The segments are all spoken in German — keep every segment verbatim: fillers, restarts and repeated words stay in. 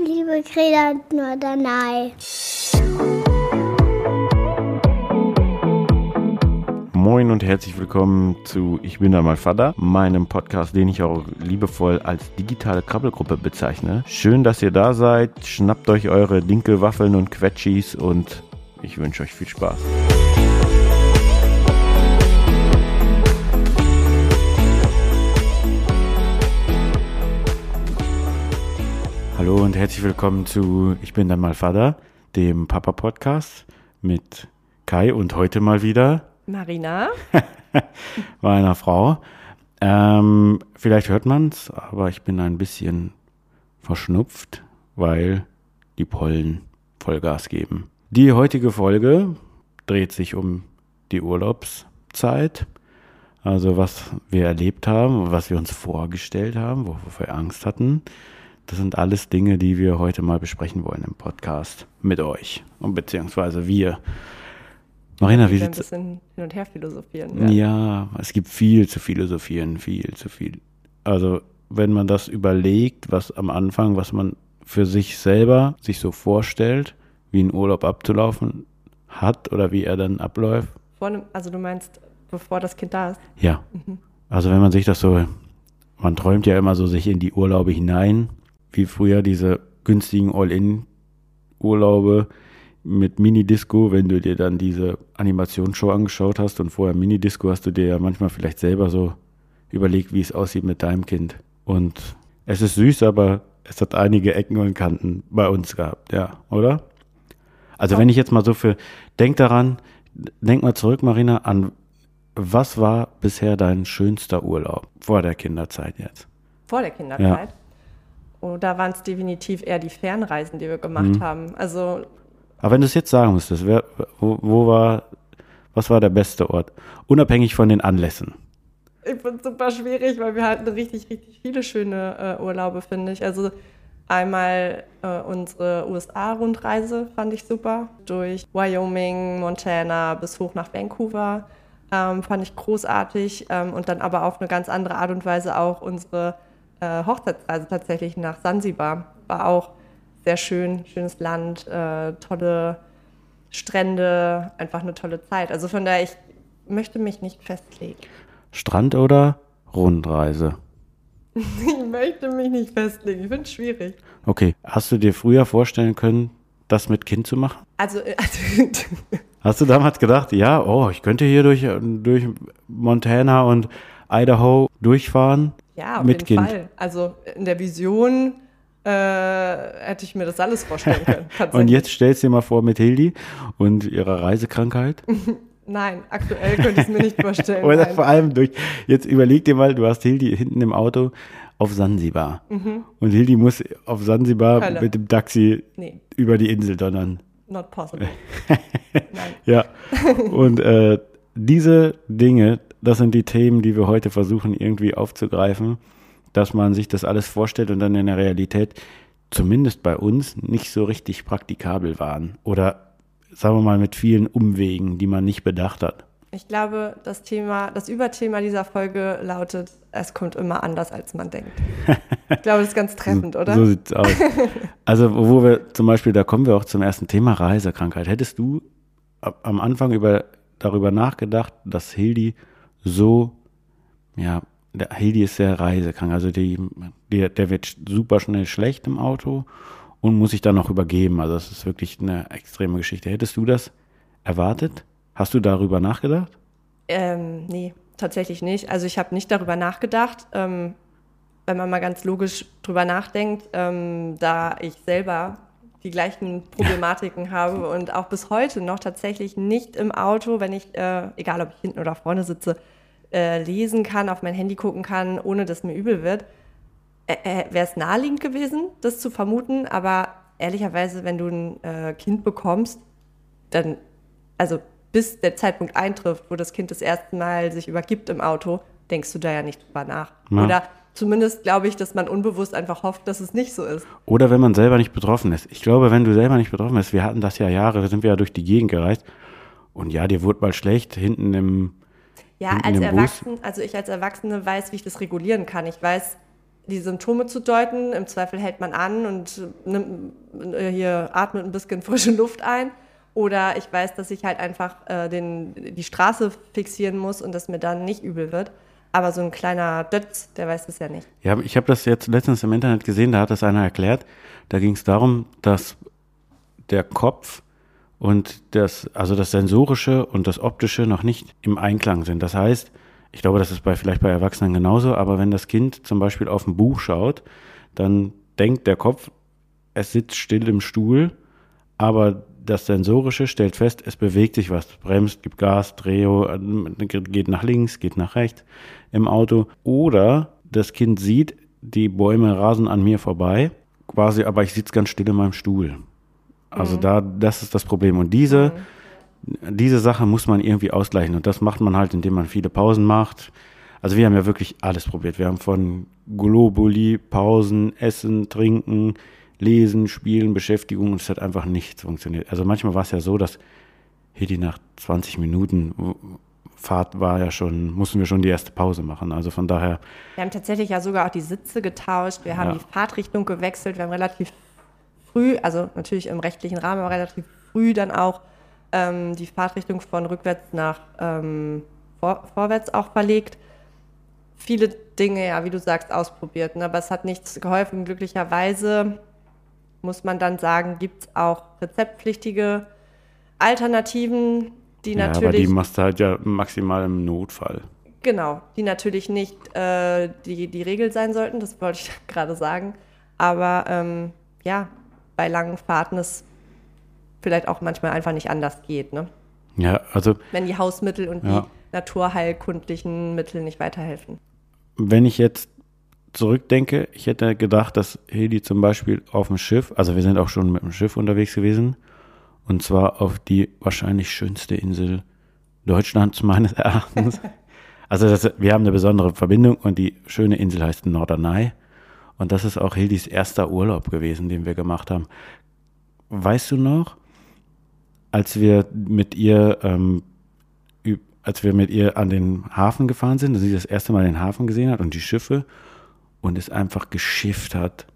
liebe Greta und Norderney. Moin und herzlich willkommen zu Ich bin da mal Vater, meinem Podcast, den ich auch liebevoll als digitale Krabbelgruppe bezeichne. Schön, dass ihr da seid. Schnappt euch eure Dinkelwaffeln und Quetschis und ich wünsche euch viel Spaß. Hallo und herzlich willkommen zu Ich bin dann mal Vater, dem Papa-Podcast mit Kai und heute mal wieder Marina. meiner Frau. Ähm, vielleicht hört man es, aber ich bin ein bisschen verschnupft, weil die Pollen Vollgas geben. Die heutige Folge dreht sich um die Urlaubszeit, also was wir erlebt haben, was wir uns vorgestellt haben, wovor wir Angst hatten. Das sind alles Dinge, die wir heute mal besprechen wollen im Podcast mit euch und beziehungsweise wir. Marina, wie sieht's? Ein bisschen hin und her philosophieren. Ja. ja, es gibt viel zu philosophieren, viel zu viel. Also wenn man das überlegt, was am Anfang, was man für sich selber sich so vorstellt, wie ein Urlaub abzulaufen hat oder wie er dann abläuft. Vor einem, also du meinst, bevor das Kind da ist? Ja, Mhm. also wenn man sich das so, man träumt ja immer so sich in die Urlaube hinein, wie früher diese günstigen All-In-Urlaube mit Minidisco, wenn du dir dann diese Animationsshow angeschaut hast und vorher Minidisco, hast du dir ja manchmal vielleicht selber so überlegt, wie es aussieht mit deinem Kind. Und es ist süß, aber es hat einige Ecken und Kanten bei uns gehabt, ja, oder? Also wenn ich jetzt mal so für, denk daran, denk mal zurück, Marina, an was war bisher dein schönster Urlaub vor der Kinderzeit jetzt? Vor der Kinderzeit? Ja. Oh, da waren es definitiv eher die Fernreisen, die wir gemacht mhm. haben. Also Aber wenn du es jetzt sagen müsstest, wer, wo, wo war, was war der beste Ort? Unabhängig von den Anlässen. Ich finde es super schwierig, weil wir hatten richtig, richtig viele schöne äh, Urlaube, finde ich. Also einmal äh, unsere U S A-Rundreise fand ich super. Durch Wyoming, Montana bis hoch nach Vancouver ähm, fand ich großartig. Ähm, und dann aber auf eine ganz andere Art und Weise auch unsere äh, Hochzeitsreise tatsächlich nach Sansibar. War auch sehr schön, schönes Land, äh, tolle Strände, einfach eine tolle Zeit. Also von daher, ich möchte mich nicht festlegen. Strand oder Rundreise? Ich möchte mich nicht festlegen, ich finde es schwierig. Okay, hast du dir früher vorstellen können, das mit Kind zu machen? Also, also hast du damals gedacht, ja, oh, ich könnte hier durch, durch Montana und Idaho durchfahren? Ja, auf mit jeden Kind. Fall. Also in der Vision äh, hätte ich mir das alles vorstellen können. Und jetzt stellst du dir mal vor mit Hildi und ihrer Reisekrankheit. Nein, aktuell könnte ich es mir nicht vorstellen. Oder vor allem durch, jetzt überleg dir mal, du hast Hildi hinten im Auto auf Sansibar. Mhm. Und Hildi muss auf Sansibar Hölle. mit dem Taxi nee. über die Insel donnern. Not possible. Nein. Ja, und äh, diese Dinge, das sind die Themen, die wir heute versuchen irgendwie aufzugreifen, dass man sich das alles vorstellt und dann in der Realität zumindest bei uns nicht so richtig praktikabel waren. Oder sagen wir mal mit vielen Umwegen, die man nicht bedacht hat. Ich glaube, das Thema, das Überthema dieser Folge lautet, es kommt immer anders, als man denkt. Ich glaube, das ist ganz treffend, oder? So sieht's aus. Also wo wir zum Beispiel, da kommen wir auch zum ersten Thema Reisekrankheit. Hättest du am Anfang über, darüber nachgedacht, dass Hildi so, ja, der Hildi ist sehr reisekrank, also die, der, der wird super schnell schlecht im Auto und muss sich dann noch übergeben. Also das ist wirklich eine extreme Geschichte. Hättest du das erwartet? Hast du darüber nachgedacht? Ähm, nee, tatsächlich nicht. Also ich habe nicht darüber nachgedacht. Ähm, wenn man mal ganz logisch drüber nachdenkt, ähm, da ich selber die gleichen Problematiken habe und auch bis heute noch tatsächlich nicht im Auto, wenn ich, äh, egal ob ich hinten oder vorne sitze, äh, lesen kann, auf mein Handy gucken kann, ohne dass mir übel wird, äh, äh, wäre es naheliegend gewesen, das zu vermuten. Aber ehrlicherweise, wenn du ein äh, Kind bekommst, dann, also bis der Zeitpunkt eintrifft, wo das Kind das erste Mal sich übergibt im Auto, denkst du da ja nicht drüber nach. Ja. Oder zumindest glaube ich, dass man unbewusst einfach hofft, dass es nicht so ist. Oder wenn man selber nicht betroffen ist. Ich glaube, wenn du selber nicht betroffen bist, wir hatten das ja Jahre, sind wir ja durch die Gegend gereist und ja, dir wurde mal schlecht hinten im Ja, hinten als im Erwachsene, also ich als Erwachsene weiß, wie ich das regulieren kann. Ich weiß, die Symptome zu deuten. Im Zweifel hält man an und nimmt, äh, hier atmet ein bisschen frische Luft ein. Oder ich weiß, dass ich halt einfach äh, den, die Straße fixieren muss und dass mir dann nicht übel wird. Aber so ein kleiner Dötz, der weiß das ja nicht. Ja, ich habe das jetzt letztens im Internet gesehen, da hat das einer erklärt. Da ging es darum, dass der Kopf und das, also das Sensorische und das Optische noch nicht im Einklang sind. Das heißt, ich glaube, das ist bei, vielleicht bei Erwachsenen genauso, aber wenn das Kind zum Beispiel auf ein Buch schaut, dann denkt der Kopf, es sitzt still im Stuhl, aber das Sensorische stellt fest, es bewegt sich was, bremst, gibt Gas, Drehung, geht nach links, geht nach rechts im Auto. Oder das Kind sieht, die Bäume rasen an mir vorbei, quasi, aber ich sitze ganz still in meinem Stuhl. Also mhm. da, das ist das Problem. Und diese, mhm. diese Sache muss man irgendwie ausgleichen. Und das macht man halt, indem man viele Pausen macht. Also wir haben ja wirklich alles probiert. Wir haben von Globuli, Pausen, Essen, Trinken, Lesen, Spielen, Beschäftigung, und es hat einfach nichts funktioniert. Also manchmal war es ja so, dass Hedi nach zwanzig Minuten Fahrt war ja schon, mussten wir schon die erste Pause machen. Also von daher. Wir haben tatsächlich ja sogar auch die Sitze getauscht. Wir haben ja. die Fahrtrichtung gewechselt. Wir haben relativ früh, also natürlich im rechtlichen Rahmen, aber relativ früh dann auch ähm, die Fahrtrichtung von rückwärts nach ähm, vor, vorwärts auch verlegt. Viele Dinge, ja, wie du sagst, ausprobiert. Ne? Aber es hat nichts geholfen. Glücklicherweise muss man dann sagen, gibt es auch rezeptpflichtige Alternativen, die ja, natürlich... Ja, aber die machst du halt ja maximal im Notfall. Genau, die natürlich nicht äh, die, die Regel sein sollten, das wollte ich gerade sagen. Aber ähm, ja, bei langen Fahrten es vielleicht auch manchmal einfach nicht anders geht. Ne? Ja, also... Wenn die Hausmittel und ja. die naturheilkundlichen Mittel nicht weiterhelfen. Wenn ich jetzt zurückdenke, ich hätte gedacht, dass Hedi zum Beispiel auf dem Schiff, also wir sind auch schon mit dem Schiff unterwegs gewesen, und zwar auf die wahrscheinlich schönste Insel Deutschlands meines Erachtens. Also das, wir haben eine besondere Verbindung und die schöne Insel heißt Norderney und das ist auch Hedis erster Urlaub gewesen, den wir gemacht haben. Weißt du noch, als wir mit ihr ähm, als wir mit ihr an den Hafen gefahren sind, dass sie das erste Mal den Hafen gesehen hat und die Schiffe und es einfach geschifft hat,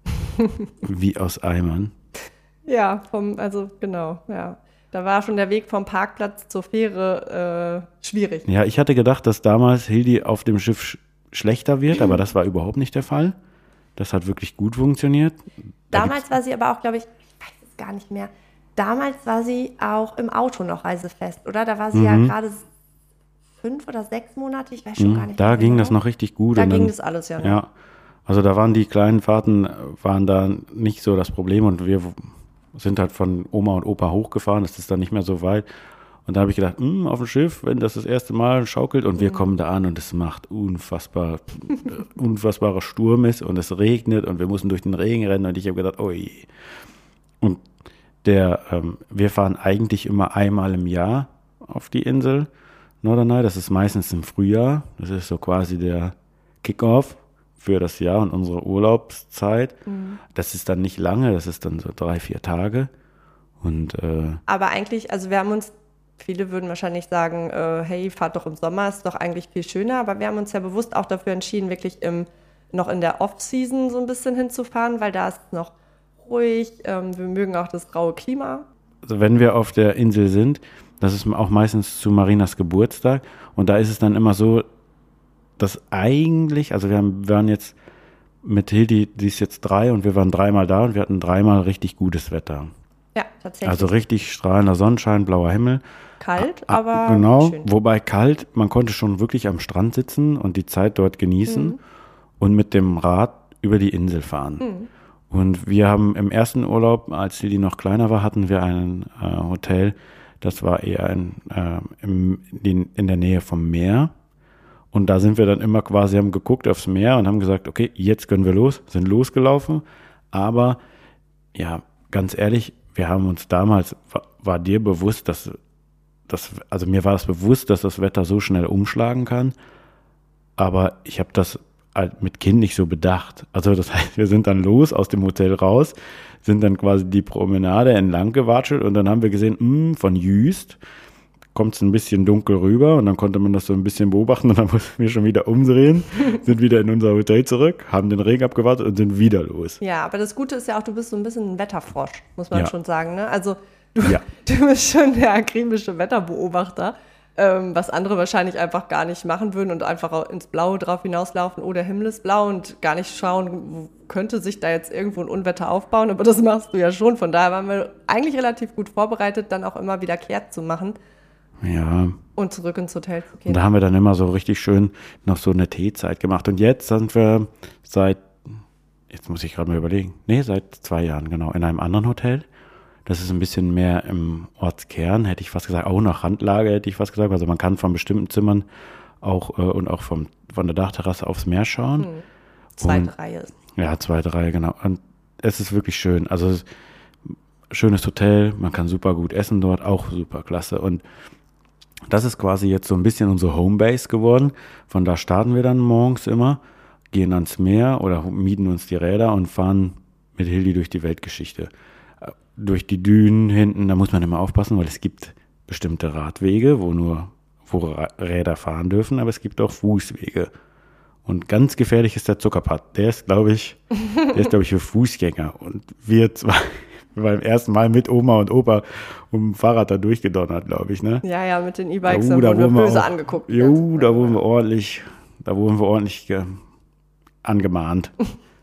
wie aus Eimern. Ja, vom, also genau, ja. Da war schon der Weg vom Parkplatz zur Fähre äh, schwierig. Ja, ich hatte gedacht, dass damals Hildi auf dem Schiff sch- schlechter wird, aber das war überhaupt nicht der Fall. Das hat wirklich gut funktioniert. Da damals war sie aber auch, glaube ich, ich weiß es gar nicht mehr, damals war sie auch im Auto noch reisefest, oder? Da war sie mhm. ja gerade fünf oder sechs Monate, ich weiß schon mhm. gar nicht Da mehr ging genau. das noch richtig gut. Da und ging dann, das alles ja noch. Ja, also da waren die kleinen Fahrten, waren da nicht so das Problem und wir sind halt von Oma und Opa hochgefahren, das ist dann nicht mehr so weit. Und da habe ich gedacht, mh, auf dem Schiff, wenn das das erste Mal schaukelt und wir mhm. kommen da an und es macht unfassbar, unfassbarer Sturm ist und es regnet und wir mussten durch den Regen rennen und ich habe gedacht, oh je. Und der, ähm, wir fahren eigentlich immer einmal im Jahr auf die Insel Norderney, das ist meistens im Frühjahr, das ist so quasi der Kickoff für das Jahr und unsere Urlaubszeit. Mhm. Das ist dann nicht lange, das ist dann so drei, vier Tage. Und, äh, aber eigentlich, also wir haben uns, viele würden wahrscheinlich sagen, äh, hey, fahrt doch im Sommer, ist doch eigentlich viel schöner, aber wir haben uns ja bewusst auch dafür entschieden, wirklich im, noch in der Off-Season so ein bisschen hinzufahren, weil da ist es noch ruhig, ähm, wir mögen auch das raue Klima. Also wenn wir auf der Insel sind, das ist auch meistens zu Marinas Geburtstag und da ist es dann immer so, dass eigentlich, also wir haben, wir waren jetzt mit Hildi, die ist jetzt drei und wir waren dreimal da und wir hatten dreimal richtig gutes Wetter. Ja, tatsächlich. Also richtig strahlender Sonnenschein, blauer Himmel. Kalt, ah, aber genau, schön. Wobei kalt, man konnte schon wirklich am Strand sitzen und die Zeit dort genießen mhm. und mit dem Rad über die Insel fahren. Mhm. Und wir haben im ersten Urlaub, als Hildi noch kleiner war, hatten wir ein äh, Hotel, das war eher in, äh, im, in, in der Nähe vom Meer. Und da sind wir dann immer quasi, haben geguckt aufs Meer und haben gesagt, okay, jetzt können wir los, sind losgelaufen. Aber ja, ganz ehrlich, wir haben uns damals, war, war dir bewusst, dass, dass, also mir war es bewusst, dass das Wetter so schnell umschlagen kann. Aber ich habe das halt mit Kind nicht so bedacht. Also das heißt, wir sind dann los aus dem Hotel raus, sind dann quasi die Promenade entlang gewatschelt und dann haben wir gesehen, mh, von Jüst kommt es ein bisschen dunkel rüber und dann konnte man das so ein bisschen beobachten und dann mussten wir schon wieder umdrehen, sind wieder in unser Hotel zurück, haben den Regen abgewartet und sind wieder los. Ja, aber das Gute ist ja auch, du bist so ein bisschen ein Wetterfrosch, muss man Ja. schon sagen. Ne? Also du, Ja. du bist schon der akribische Wetterbeobachter, ähm, was andere wahrscheinlich einfach gar nicht machen würden und einfach auch ins Blaue drauf hinauslaufen, oh, der Himmel ist blau und gar nicht schauen, wo könnte sich da jetzt irgendwo ein Unwetter aufbauen, aber das machst du ja schon. Von daher waren wir eigentlich relativ gut vorbereitet, dann auch immer wieder kehrt zu machen. Ja, Und zurück ins Hotel zu und gehen. da haben wir dann immer so richtig schön noch so eine Teezeit gemacht. Und jetzt sind wir seit, jetzt muss ich gerade mal überlegen, nee, seit zwei Jahren genau, in einem anderen Hotel. Das ist ein bisschen mehr im Ortskern, hätte ich fast gesagt, auch nach Randlage hätte ich fast gesagt. Also man kann von bestimmten Zimmern auch äh, und auch vom, von der Dachterrasse aufs Meer schauen. Hm. Zweite Und- Reihe ist. Ja, zweite Reihe, genau. Und es ist wirklich schön. Also es ist ein schönes Hotel, man kann super gut essen dort, auch super klasse. Und das ist quasi jetzt so ein bisschen unsere Homebase geworden. Von da starten wir dann morgens immer, gehen ans Meer oder mieten uns die Räder und fahren mit Hildi durch die Weltgeschichte. Äh, Durch die Dünen hinten, da muss man immer aufpassen, weil es gibt bestimmte Radwege, wo nur wo Ra- Räder fahren dürfen, aber es gibt auch Fußwege. Und ganz gefährlich ist der Zuckerpatt. Der ist, glaube ich, der ist, glaube ich, für Fußgänger. Und wir zwei beim ersten Mal mit Oma und Opa um Fahrrad da durchgedonnert, glaube ich, ne? Ja, ja, mit den E-Bikes, Jo, da wurden wir wurden wir böse auch- angeguckt. Jo, da wurden wir ordentlich, da wurden wir ordentlich ge, angemahnt.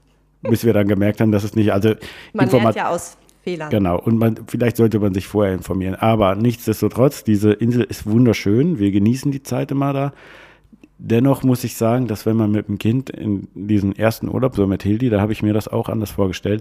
Bis wir dann gemerkt haben, dass es nicht, also Man Informat- lernt ja aus Fehlern. Genau, und man, vielleicht sollte man sich vorher informieren. Aber nichtsdestotrotz, diese Insel ist wunderschön. Wir genießen die Zeit immer da. Dennoch muss ich sagen, dass wenn man mit dem Kind in diesen ersten Urlaub, so mit Hildi, da habe ich mir das auch anders vorgestellt,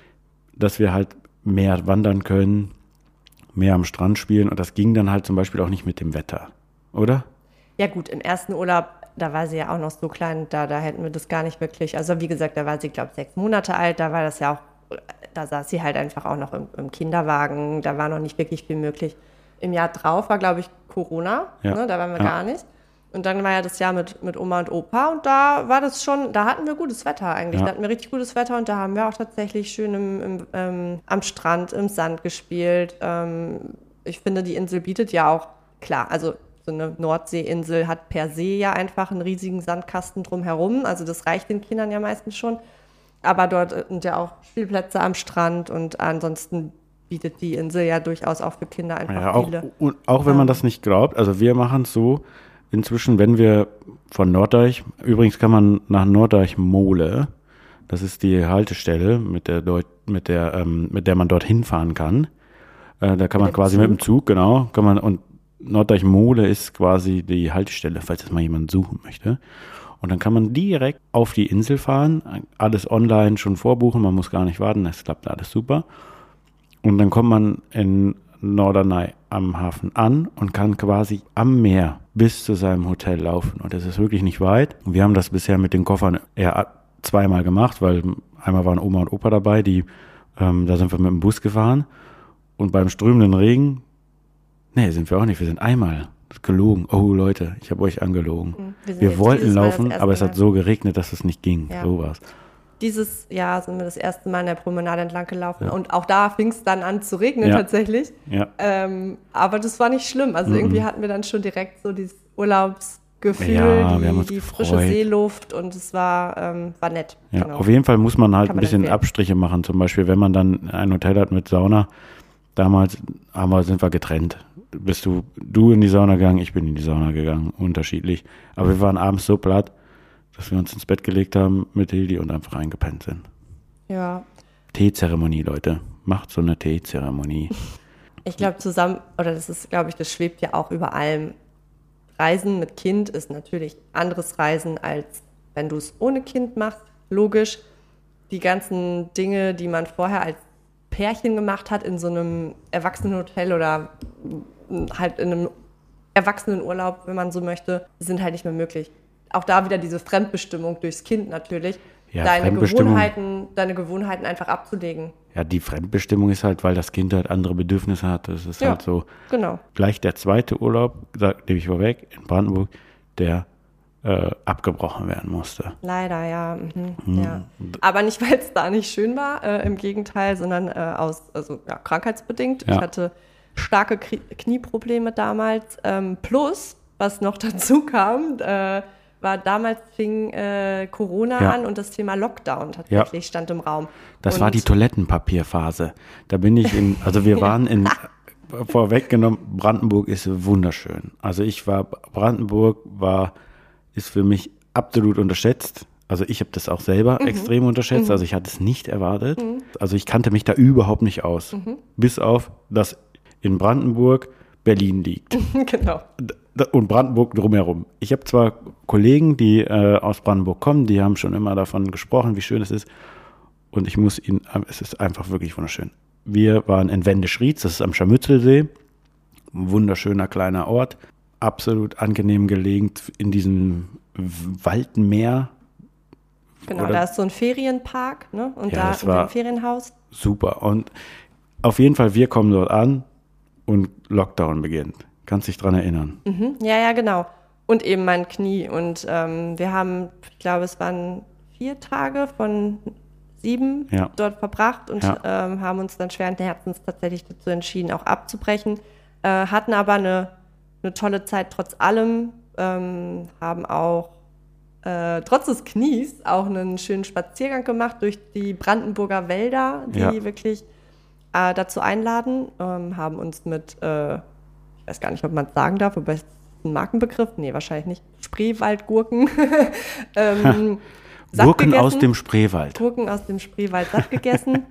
dass wir halt mehr wandern können, mehr am Strand spielen. Und das ging dann halt zum Beispiel auch nicht mit dem Wetter, oder? Ja gut, im ersten Urlaub, da war sie ja auch noch so klein, da, da hätten wir das gar nicht wirklich, also wie gesagt, da war sie, glaube ich, sechs Monate alt, da war das ja auch, da saß sie halt einfach auch noch im, im Kinderwagen, da war noch nicht wirklich viel möglich. Im Jahr drauf war, glaube ich, Corona, Ja. ne, da waren wir Ja. gar nicht. Und dann war ja das Jahr mit, mit Oma und Opa und da war das schon, da hatten wir gutes Wetter eigentlich. Ja. Da hatten wir richtig gutes Wetter und da haben wir auch tatsächlich schön im, im, ähm, am Strand im Sand gespielt. Ähm, ich finde, die Insel bietet ja auch, klar, also so eine Nordseeinsel hat per se ja einfach einen riesigen Sandkasten drumherum. Also das reicht den Kindern ja meistens schon. Aber dort sind ja auch Spielplätze am Strand und ansonsten bietet die Insel ja durchaus auch für Kinder einfach Ja, auch, viele. und auch wenn man das nicht glaubt, also wir machen es so, inzwischen, wenn wir von Norddeich, übrigens kann man nach Norddeich-Mole, das ist die Haltestelle, mit der, Deut, mit der, ähm, mit der man dorthin fahren kann. Äh, da kann man dem quasi Zug? mit dem Zug, genau, kann man, und Norddeich-Mole ist quasi die Haltestelle, falls das mal jemand suchen möchte. Und dann kann man direkt auf die Insel fahren, alles online schon vorbuchen, man muss gar nicht warten, es klappt alles super. Und dann kommt man in Norderney am Hafen an und kann quasi am Meer bis zu seinem Hotel laufen. Und das ist wirklich nicht weit. Wir haben das bisher mit den Koffern eher zweimal gemacht, weil einmal waren Oma und Opa dabei, die, ähm, da sind wir mit dem Bus gefahren. Und beim strömenden Regen, nee, sind wir auch nicht, wir sind einmal gelogen. Oh Leute, ich habe euch angelogen. Wir, sind Wir jetzt wollten dieses Mal das laufen, erste aber es hat Mal- so geregnet, dass es nicht ging. Ja. So war's. Dieses Jahr sind wir das erste Mal in der Promenade entlang gelaufen und auch da fing es dann an zu regnen Ja. tatsächlich. Ja. Ähm, aber das war nicht schlimm. Also Mhm. irgendwie hatten wir dann schon direkt so dieses Urlaubsgefühl, Ja, wir haben die, uns die gefreut. frische Seeluft und es war, ähm, war nett. Ja, Genau. auf jeden Fall muss man halt Kann ein man bisschen empfehlen. Abstriche machen. Zum Beispiel, wenn man dann ein Hotel hat mit Sauna. Damals haben wir, sind wir getrennt. Bist du, du in die Sauna gegangen, ich bin in die Sauna gegangen. Unterschiedlich. Aber wir waren abends so platt, dass wir uns ins Bett gelegt haben mit Hildi und einfach eingepennt sind. Ja, Teezeremonie, Leute. Macht so eine Teezeremonie. ich glaube zusammen, oder das ist, glaube ich, das schwebt ja auch über allem. Reisen mit Kind ist natürlich anderes Reisen, als wenn du es ohne Kind machst. Logisch, die ganzen Dinge, die man vorher als Pärchen gemacht hat in so einem Erwachsenenhotel oder halt in einem Erwachsenenurlaub, wenn man so möchte, sind halt nicht mehr möglich. Auch da wieder diese Fremdbestimmung durchs Kind natürlich. Ja, deine Fremdbestimmung. Gewohnheiten, deine Gewohnheiten einfach abzulegen. Ja, die Fremdbestimmung ist halt, weil das Kind halt andere Bedürfnisse hat. Das ist Ja. halt so. Genau. Gleich der zweite Urlaub, sag- nehme ich vorweg, in Brandenburg, der äh, abgebrochen werden musste. Leider, ja. Mhm, ja. Aber nicht, weil es da nicht schön war, äh, im Gegenteil, sondern äh, aus, also ja, krankheitsbedingt. Ja. Ich hatte starke Knieprobleme damals. Ähm, plus, was noch dazu kam, äh, war damals fing äh, Corona ja. an und das Thema Lockdown tatsächlich ja. stand im Raum. Das und war die Toilettenpapierphase. Da bin ich in, also wir waren in, vorweggenommen, Brandenburg ist wunderschön. Also ich war, Brandenburg war, ist für mich absolut unterschätzt. Also ich habe das auch selber mhm. extrem unterschätzt. Mhm. Also ich hatte es nicht erwartet. Mhm. Also ich kannte mich da überhaupt nicht aus. Mhm. Bis auf, dass in Brandenburg Berlin liegt. Genau. Und Brandenburg drumherum. Ich habe zwar Kollegen, die äh, aus Brandenburg kommen, die haben schon immer davon gesprochen, wie schön es ist. Und ich muss ihnen, es ist einfach wirklich wunderschön. Wir waren in Wendeschrieds, das ist am Scharmützelsee. Ein wunderschöner kleiner Ort. Absolut angenehm gelegen in diesem Waldmeer. Genau, Oder? Da ist so ein Ferienpark, ne? Und ja, da in dem Ferienhaus. Super. Und auf jeden Fall, wir kommen dort an und Lockdown beginnt. Kannst dich dran erinnern? Mhm. Ja, ja, genau. Und eben mein Knie. Und ähm, wir haben, ich glaube, es waren vier Tage von sieben ja. dort verbracht und ja. ähm, haben uns dann schweren Herzens tatsächlich dazu entschieden, auch abzubrechen. Äh, hatten aber eine, eine tolle Zeit trotz allem. Ähm, haben auch äh, trotz des Knies auch einen schönen Spaziergang gemacht durch die Brandenburger Wälder, die ja. wirklich äh, dazu einladen. Ähm, haben uns mit äh, ich weiß gar nicht, ob man es sagen darf, aber es ist ein Markenbegriff. Nee, wahrscheinlich nicht. Spreewaldgurken. ähm, Gurken gegessen. aus dem Spreewald. Gurken aus dem Spreewald satt gegessen.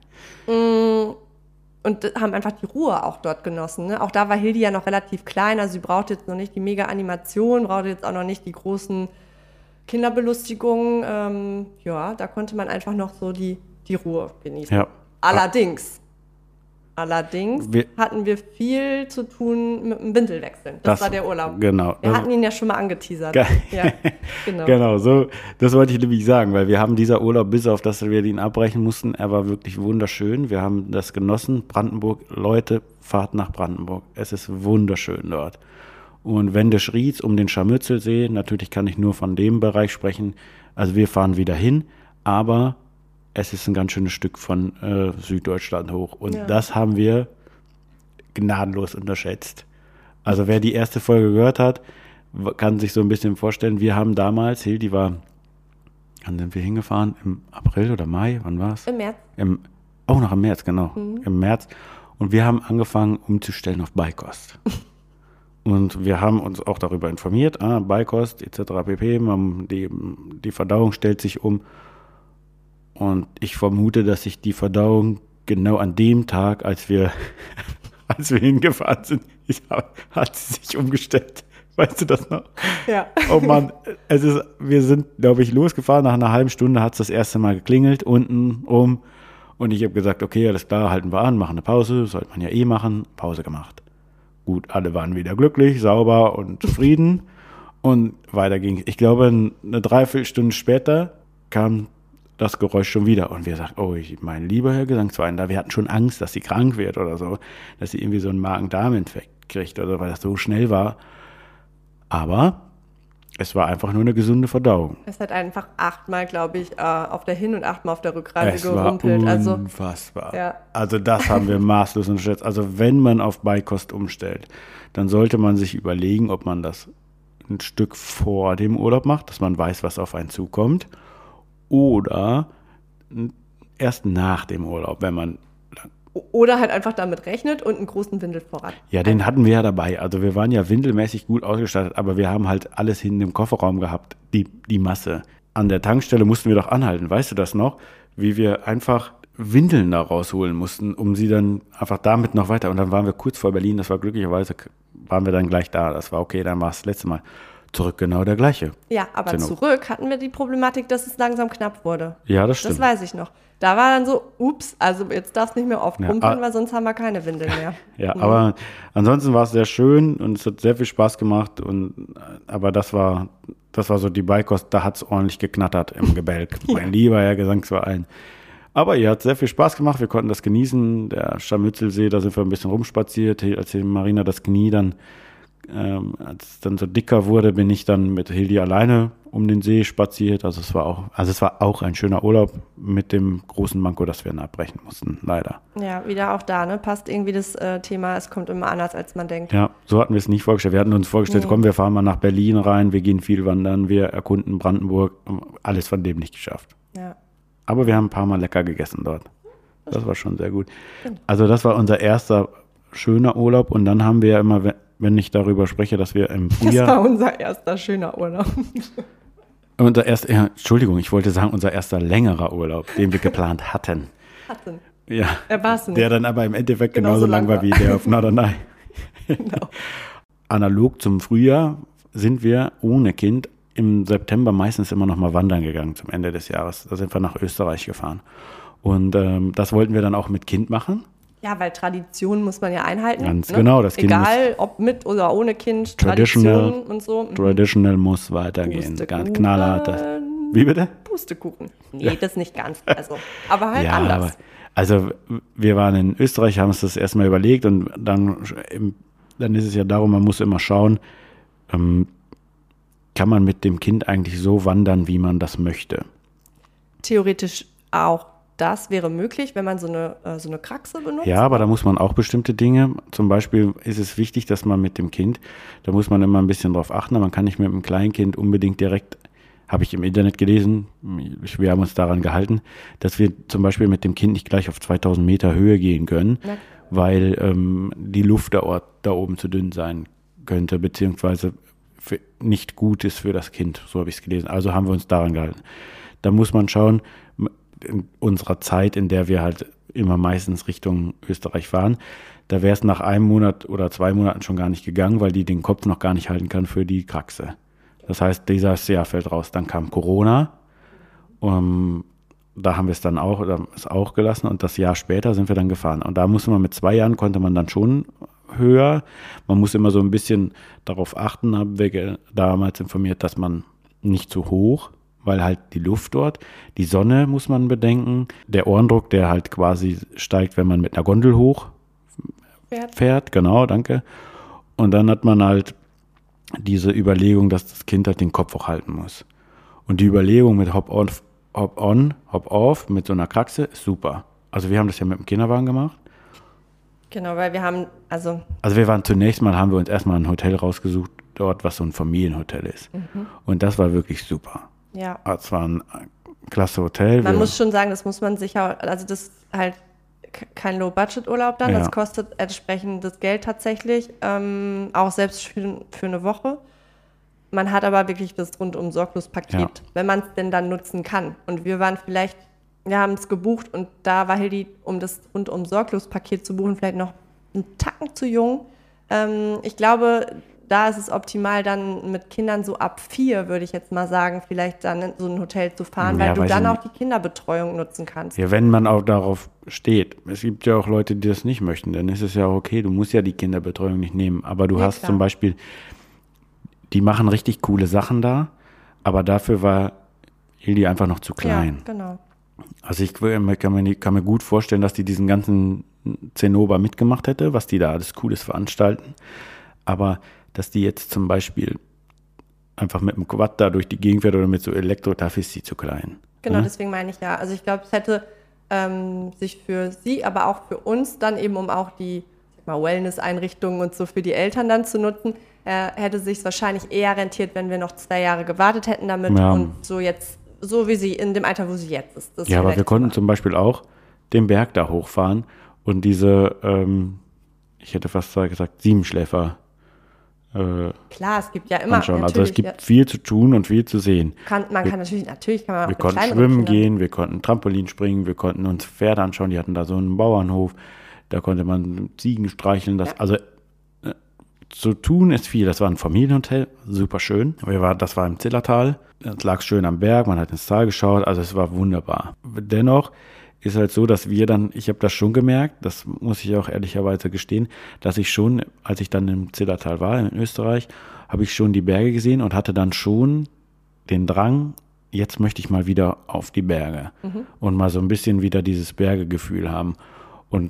Und haben einfach die Ruhe auch dort genossen. Ne? Auch da war Hildi ja noch relativ klein, also sie brauchte jetzt noch nicht die Mega-Animation, brauchte jetzt auch noch nicht die großen Kinderbelustigungen. Ähm, ja, da konnte man einfach noch so die, die Ruhe genießen. Ja. Allerdings... Allerdings wir, hatten wir viel zu tun mit dem Windelwechseln. Das, das war der Urlaub. Genau. Wir hatten ihn ja schon mal angeteasert. Ge- ja, genau. genau, so, das wollte ich nämlich sagen, weil wir haben dieser Urlaub, bis auf dass wir ihn abbrechen mussten, er war wirklich wunderschön. Wir haben das genossen. Brandenburg, Leute, fahrt nach Brandenburg. Es ist wunderschön dort. Und Wendeschrieds um den Scharmützelsee, natürlich kann ich nur von dem Bereich sprechen. Also wir fahren wieder hin, aber es ist ein ganz schönes Stück von äh, Süddeutschland hoch. Und ja. das haben wir gnadenlos unterschätzt. Also wer die erste Folge gehört hat, kann sich so ein bisschen vorstellen, wir haben damals, Hildi war, wann sind wir hingefahren? Im April oder Mai? Wann war es? Im März. Im, auch noch im März, genau. Mhm. Im März. Und wir haben angefangen, umzustellen auf Beikost. Und wir haben uns auch darüber informiert, ah, Beikost et cetera pp. Die, die Verdauung stellt sich um. Und ich vermute, dass sich die Verdauung genau an dem Tag, als wir, als wir hingefahren sind, ich hab, hat sie sich umgestellt. Weißt du das noch? Ja. Oh Mann, es ist, wir sind, glaube ich, losgefahren. Nach einer halben Stunde hat es das erste Mal geklingelt, unten rum. Und ich habe gesagt, okay, alles klar, halten wir an, machen eine Pause. Sollte man ja eh machen. Pause gemacht. Gut, alle waren wieder glücklich, sauber und zufrieden. Und weiter ging es. Ich glaube, eine Dreiviertelstunde später kam das Geräusch schon wieder. Und wir sagten, oh, ich, mein lieber Herr Gesangsverein, wir hatten schon Angst, dass sie krank wird oder so, dass sie irgendwie so einen Magen-Darm-Infekt kriegt oder so, weil das so schnell war. Aber es war einfach nur eine gesunde Verdauung. Es hat einfach achtmal, glaube ich, auf der Hin- und achtmal auf der Rückreise es gerumpelt. War also unfassbar. Ja. Also das haben wir maßlos unterschätzt. Also wenn man auf Beikost umstellt, dann sollte man sich überlegen, ob man das ein Stück vor dem Urlaub macht, dass man weiß, was auf einen zukommt. Oder erst nach dem Urlaub, wenn man... Oder halt einfach damit rechnet und einen großen Windelvorrat. Ja, den hatten wir ja dabei. Also wir waren ja windelmäßig gut ausgestattet, aber wir haben halt alles hinten im Kofferraum gehabt, die, die Masse. An der Tankstelle mussten wir doch anhalten, weißt du das noch? Wie wir einfach Windeln da rausholen mussten, um sie dann einfach damit noch weiter... Und dann waren wir kurz vor Berlin, das war glücklicherweise, waren wir dann gleich da. Das war okay, dann war es das letzte Mal. Zurück genau der gleiche. Ja, aber Zenno. Zurück hatten wir die Problematik, dass es langsam knapp wurde. Ja, das stimmt. Das weiß ich noch. Da war dann so, ups, also jetzt darf es nicht mehr aufpumpen, ja, weil sonst haben wir keine Windeln mehr. Ja, mhm. aber ansonsten war es sehr schön und es hat sehr viel Spaß gemacht. Und, aber das war, das war so die Beikost, da hat es ordentlich geknattert im Gebälk. Ja. Mein lieber Herr Gesangsverein. Aber ihr hat sehr viel Spaß gemacht, wir konnten das genießen. Der Scharmützelsee, da sind wir ein bisschen rumspaziert, als die Marina das Knie dann Ähm, als es dann so dicker wurde, bin ich dann mit Hildi alleine um den See spaziert. Also es war auch, also es war auch ein schöner Urlaub mit dem großen Manko, dass wir ihn abbrechen mussten, leider. Ja, wieder auch da, ne? Passt irgendwie das äh, Thema, es kommt immer anders, als man denkt. Ja, so hatten wir es nicht vorgestellt. Wir hatten uns vorgestellt, Nee. komm, wir fahren mal nach Berlin rein, wir gehen viel wandern, wir erkunden Brandenburg. Alles von dem nicht geschafft. Ja. Aber wir haben ein paar Mal lecker gegessen dort. Das war schon sehr gut. Also das war unser erster schöner Urlaub. Und dann haben wir ja immer, wenn ich darüber spreche, dass wir im Das Frühjahr... war unser erster schöner Urlaub. Unser erster, ja, Entschuldigung, ich wollte sagen, unser erster längerer Urlaub, den wir geplant hatten. Hatten. Ja, Er war es nicht. der dann aber im Endeffekt Genauso genauso lang lang war wie der auf Norderney. Genau. Analog zum Frühjahr sind wir ohne Kind im September meistens immer noch mal wandern gegangen zum Ende des Jahres. Da sind wir nach Österreich gefahren. Und ähm, das wollten wir dann auch mit Kind machen. Ja, weil Tradition muss man ja einhalten. Ganz ne? genau, das Kind Egal, ob mit oder ohne Kind, Traditional- Tradition und so. Mhm. Traditional muss weitergehen. Pustekuchen. Ganz knallhart. Das. Wie bitte? Pustekuchen. Nee, das nicht ganz. Also, aber halt Ja, anders. aber also wir waren in Österreich, haben uns das erstmal überlegt und dann, dann ist es ja darum, man muss immer schauen, ähm, kann man mit dem Kind eigentlich so wandern, wie man das möchte. Theoretisch auch das wäre möglich, wenn man so eine, äh, so eine Kraxe benutzt. Ja, aber da muss man auch bestimmte Dinge, zum Beispiel ist es wichtig, dass man mit dem Kind, da muss man immer ein bisschen drauf achten, man kann nicht mit einem Kleinkind unbedingt direkt, habe ich im Internet gelesen, wir haben uns daran gehalten, dass wir zum Beispiel mit dem Kind nicht gleich auf zweitausend Meter Höhe gehen können, Ja. weil ähm, die Luft da, Ort, da oben zu dünn sein könnte, beziehungsweise für, nicht gut ist für das Kind, so habe ich es gelesen. Also haben wir uns daran gehalten. Da muss man schauen, in unserer Zeit, in der wir halt immer meistens Richtung Österreich fahren, da wäre es nach einem Monat oder zwei Monaten schon gar nicht gegangen, weil die den Kopf noch gar nicht halten kann für die Kraxe. Das heißt, dieses Jahr fällt raus. Dann kam Corona, um, da haben wir es dann auch, oder es auch gelassen und das Jahr später sind wir dann gefahren. Und da musste man mit zwei Jahren, konnte man dann schon höher. Man muss immer so ein bisschen darauf achten, haben wir damals informiert, dass man nicht zu hoch, weil halt die Luft dort, die Sonne muss man bedenken, der Ohrendruck, der halt quasi steigt, wenn man mit einer Gondel hoch Fährt. fährt, genau, danke. Und dann hat man halt diese Überlegung, dass das Kind halt den Kopf auch halten muss. Und die Überlegung mit Hop-on, Hop-on, Hop-off mit so einer Kraxe ist super. Also wir haben das ja mit dem Kinderwagen gemacht. Genau, weil wir haben, also Also wir waren zunächst mal, haben wir uns erstmal ein Hotel rausgesucht, dort, was so ein Familienhotel ist. Mhm. Und das war wirklich super. ja. Es war ein klasse Hotel. Man Wir- muss schon sagen, das muss man sicher, also das ist halt k- kein Low-Budget-Urlaub dann, Ja. das kostet entsprechendes Geld tatsächlich, ähm, auch selbst für, für eine Woche. Man hat aber wirklich das Rundum-Sorglos-Paket, Ja. wenn man es denn dann nutzen kann. Und wir waren vielleicht, wir haben es gebucht und da war Hildi, um das Rundum-Sorglos-Paket zu buchen, vielleicht noch einen Tacken zu jung. Ähm, ich glaube, da ist es optimal, dann mit Kindern so ab vier, würde ich jetzt mal sagen, vielleicht dann in so ein Hotel zu fahren, Ja, weil du weiß dann ich auch die Kinderbetreuung nutzen kannst. Ja, wenn man auch darauf steht. Es gibt ja auch Leute, die das nicht möchten. Dann ist es ja auch okay, du musst ja die Kinderbetreuung nicht nehmen. Aber du Ja, hast klar. zum Beispiel, die machen richtig coole Sachen da, aber dafür war Hildi einfach noch zu klein. Ja, genau. Also ich kann mir, kann mir gut vorstellen, dass die diesen ganzen Zinnober mitgemacht hätte, was die da alles Cooles veranstalten. Aber dass die jetzt zum Beispiel einfach mit einem Quad da durch die Gegend fährt oder mit so Elektro, dafür ist sie zu klein. Genau, Ja? deswegen meine ich ja. Also ich glaube, es hätte ähm, sich für sie, aber auch für uns dann eben, um auch die sag mal, Wellness-Einrichtungen und so für die Eltern dann zu nutzen, äh, hätte sich wahrscheinlich eher rentiert, wenn wir noch zwei Jahre gewartet hätten damit Ja. und so jetzt, so wie sie in dem Alter, wo sie jetzt ist. Das Ja, aber vielleicht wir konnten zu zum Beispiel auch den Berg da hochfahren und diese, ähm, ich hätte fast gesagt, Siebenschläfer äh, machen. Klar, es gibt ja immer, anschauen. Also natürlich, es gibt ja, viel zu tun und viel zu sehen. kann, man kann natürlich, natürlich kann man auch Wir mit konnten kleineren schwimmen Kindern- gehen, wir konnten Trampolin springen, wir konnten uns Pferde anschauen, die hatten da so einen Bauernhof, da konnte man Ziegen streicheln. Das, Ja. Also äh, zu tun ist viel. Das war ein Familienhotel, super schön. Wir war, das war im Zillertal, es lag schön am Berg, man hat ins Tal geschaut, also es war wunderbar. Dennoch ist halt so, dass wir dann, ich habe das schon gemerkt, das muss ich auch ehrlicherweise gestehen, dass ich schon, als ich dann im Zillertal war, in Österreich, habe ich schon die Berge gesehen und hatte dann schon den Drang, jetzt möchte ich mal wieder auf die Berge und mal so ein bisschen wieder dieses Bergegefühl haben. Und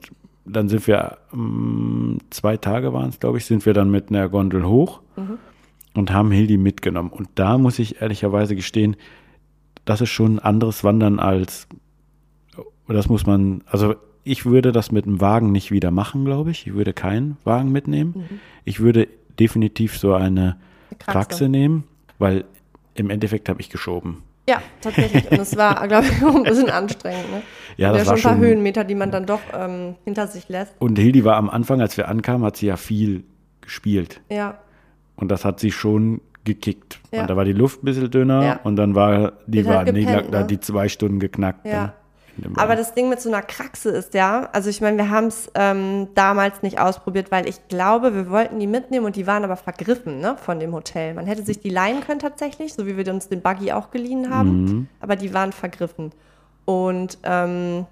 dann sind wir, mh, zwei Tage waren es, glaube ich, sind wir dann mit einer Gondel hoch mhm. und haben Hildi mitgenommen. Und da muss ich ehrlicherweise gestehen, das ist schon ein anderes Wandern als, das muss man, also ich würde das mit einem Wagen nicht wieder machen, glaube ich. Ich würde keinen Wagen mitnehmen. Mhm. Ich würde definitiv so eine Kraxe nehmen, weil im Endeffekt habe ich geschoben. Ja, tatsächlich. Und es war, glaube ich, auch ein bisschen anstrengend. Ne? Ja, das ja war schon ein paar schon, Höhenmeter, die man dann doch ähm, hinter sich lässt. Und Hildi war am Anfang, als wir ankamen, hat sie ja viel gespielt. Ja. Und das hat sie schon gekickt. Ja. Und da war die Luft ein bisschen dünner Ja. und dann war die, Die hat war, nee, gepennt, da ne? die zwei Stunden geknackt. Ja. Dann Aber das Ding mit so einer Kraxe ist ja, also ich meine, wir haben es ähm, damals nicht ausprobiert, weil ich glaube, wir wollten die mitnehmen und die waren aber vergriffen, ne, von dem Hotel. Man hätte sich die leihen können tatsächlich, so wie wir uns den Buggy auch geliehen haben, mhm. aber die waren vergriffen. Und ähm,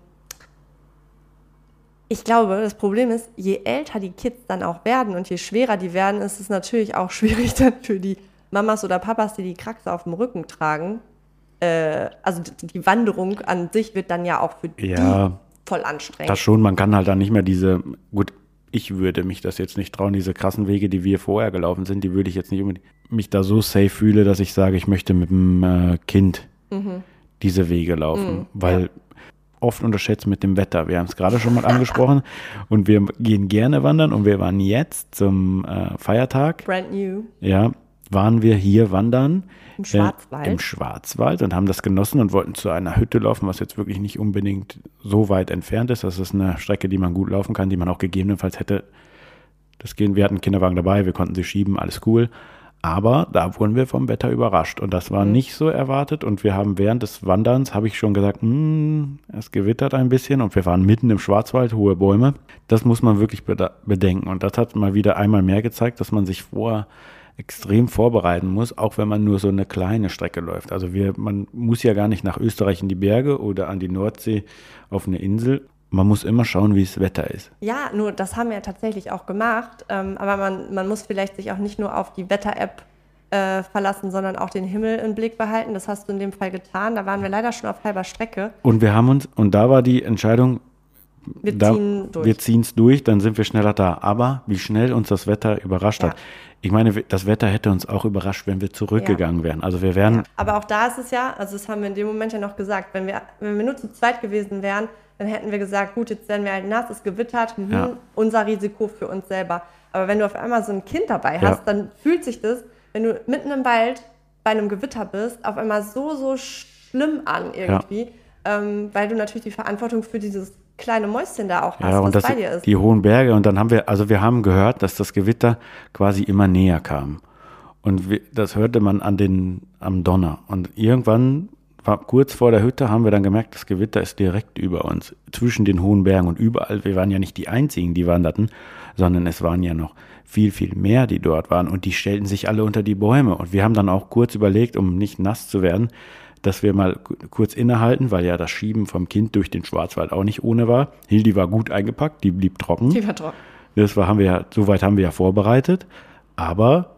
ich glaube, das Problem ist, je älter die Kids dann auch werden und je schwerer die werden, ist es natürlich auch schwierig dann für die Mamas oder Papas, die die Kraxe auf dem Rücken tragen. Also die Wanderung an sich wird dann ja auch für ja, die voll anstrengend. Das schon, man kann halt dann nicht mehr diese, gut, ich würde mich das jetzt nicht trauen, diese krassen Wege, die wir vorher gelaufen sind, die würde ich jetzt nicht unbedingt, mich da so safe fühle, dass ich sage, ich möchte mit dem äh, Kind mhm. diese Wege laufen, mhm, weil ja. oft unterschätzt mit dem Wetter, wir haben es gerade schon mal angesprochen und wir gehen gerne wandern und wir waren jetzt zum äh, Feiertag. Brand new. Ja, waren wir hier wandern. Im Schwarzwald. Äh, Im Schwarzwald und haben das genossen und wollten zu einer Hütte laufen, was jetzt wirklich nicht unbedingt so weit entfernt ist. Das ist eine Strecke, die man gut laufen kann, die man auch gegebenenfalls hätte. Das gehen. Wir hatten einen Kinderwagen dabei, wir konnten sie schieben, alles cool. Aber da wurden wir vom Wetter überrascht und das war mhm. nicht so erwartet. Und wir haben während des Wanderns, habe ich schon gesagt, es gewittert ein bisschen und wir waren mitten im Schwarzwald, hohe Bäume. Das muss man wirklich bedenken. Und das hat mal wieder einmal mehr gezeigt, dass man sich vor extrem vorbereiten muss, auch wenn man nur so eine kleine Strecke läuft. Also wir, man muss ja gar nicht nach Österreich in die Berge oder an die Nordsee auf eine Insel. Man muss immer schauen, wie das Wetter ist. Ja, nur das haben wir ja tatsächlich auch gemacht. Ähm, aber man, man muss vielleicht sich auch nicht nur auf die Wetter-App äh, verlassen, sondern auch den Himmel im Blick behalten. Das hast du in dem Fall getan. Da waren wir leider schon auf halber Strecke. Und wir haben uns, und da war die Entscheidung, wir da, ziehen durch. Wir ziehen es durch, dann sind wir schneller da. Aber wie schnell uns das Wetter überrascht ja. hat. Ich meine, das Wetter hätte uns auch überrascht, wenn wir zurückgegangen ja. wären. Also wir wären. Ja. Aber auch da ist es ja, also das haben wir in dem Moment ja noch gesagt, wenn wir, wenn wir nur zu zweit gewesen wären, dann hätten wir gesagt, gut, jetzt werden wir halt nass, es gewittert, mhm, ja. unser Risiko für uns selber. Aber wenn du auf einmal so ein Kind dabei hast, ja. dann fühlt sich das, wenn du mitten im Wald bei einem Gewitter bist, auf einmal so, so schlimm an irgendwie, ja. ähm, weil du natürlich die Verantwortung für dieses kleine Mäuschen da auch hast, ja, und was das, bei dir ist. Die hohen Berge und dann haben wir, also wir haben gehört, dass das Gewitter quasi immer näher kam. Und wir, das hörte man an den, am Donner. Und irgendwann, war, kurz vor der Hütte, haben wir dann gemerkt, das Gewitter ist direkt über uns, zwischen den hohen Bergen und überall. Wir waren ja nicht die Einzigen, die wanderten, sondern es waren ja noch viel, viel mehr, die dort waren. Und die stellten sich alle unter die Bäume. Und wir haben dann auch kurz überlegt, um nicht nass zu werden, dass wir mal kurz innehalten, weil ja das Schieben vom Kind durch den Schwarzwald auch nicht ohne war. Hildi war gut eingepackt, die blieb trocken. Die war trocken. Das war, haben wir ja, soweit haben wir ja vorbereitet. Aber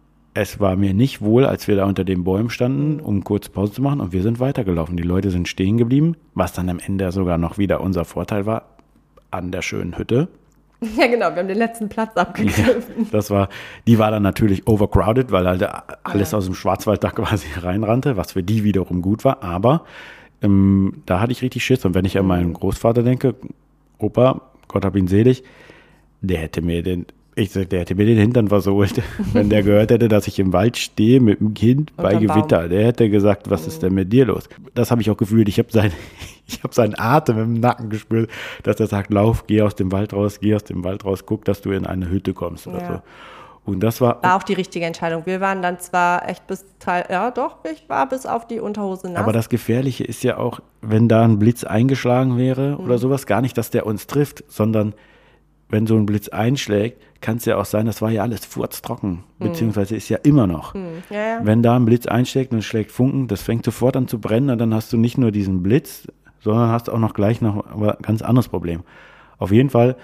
es war mir nicht wohl, als wir da unter den Bäumen standen, um kurz Pause zu machen. Und wir sind weitergelaufen. Die Leute sind stehen geblieben, was dann am Ende sogar noch wieder unser Vorteil war, an der schönen Hütte. Ja, genau, wir haben den letzten Platz abgegriffen. Ja, das war, die war dann natürlich overcrowded, weil halt alles ja. aus dem Schwarzwald da quasi reinrannte, was für die wiederum gut war. Aber ähm, da hatte ich richtig Schiss. Und wenn ich an meinen Großvater denke, Opa, Gott hab ihn selig, der hätte mir den, ich sag, der hätte mir den Hintern versohlt, wenn der gehört hätte, dass ich im Wald stehe mit dem Kind bei Gewitter. Baum. Der hätte gesagt, was ist denn mit dir los? Das habe ich auch gefühlt. Ich habe sein, ich habe seinen Atem im Nacken gespürt, dass er sagt, lauf, geh aus dem Wald raus, geh aus dem Wald raus, guck, dass du in eine Hütte kommst oder ja. so. Und das war, war auch die richtige Entscheidung. Wir waren dann zwar echt bis Teil, ja doch, ich war bis auf die Unterhose nass. Aber das Gefährliche ist ja auch, wenn da ein Blitz eingeschlagen wäre mhm. oder sowas, gar nicht, dass der uns trifft, sondern wenn so ein Blitz einschlägt, kann es ja auch sein, das war ja alles furztrocken, mhm. beziehungsweise ist ja immer noch. Mhm. Ja, ja. Wenn da ein Blitz einschlägt und schlägt Funken, das fängt sofort an zu brennen und dann hast du nicht nur diesen Blitz, sondern hast auch noch gleich noch ein ganz anderes Problem. Auf jeden Fall,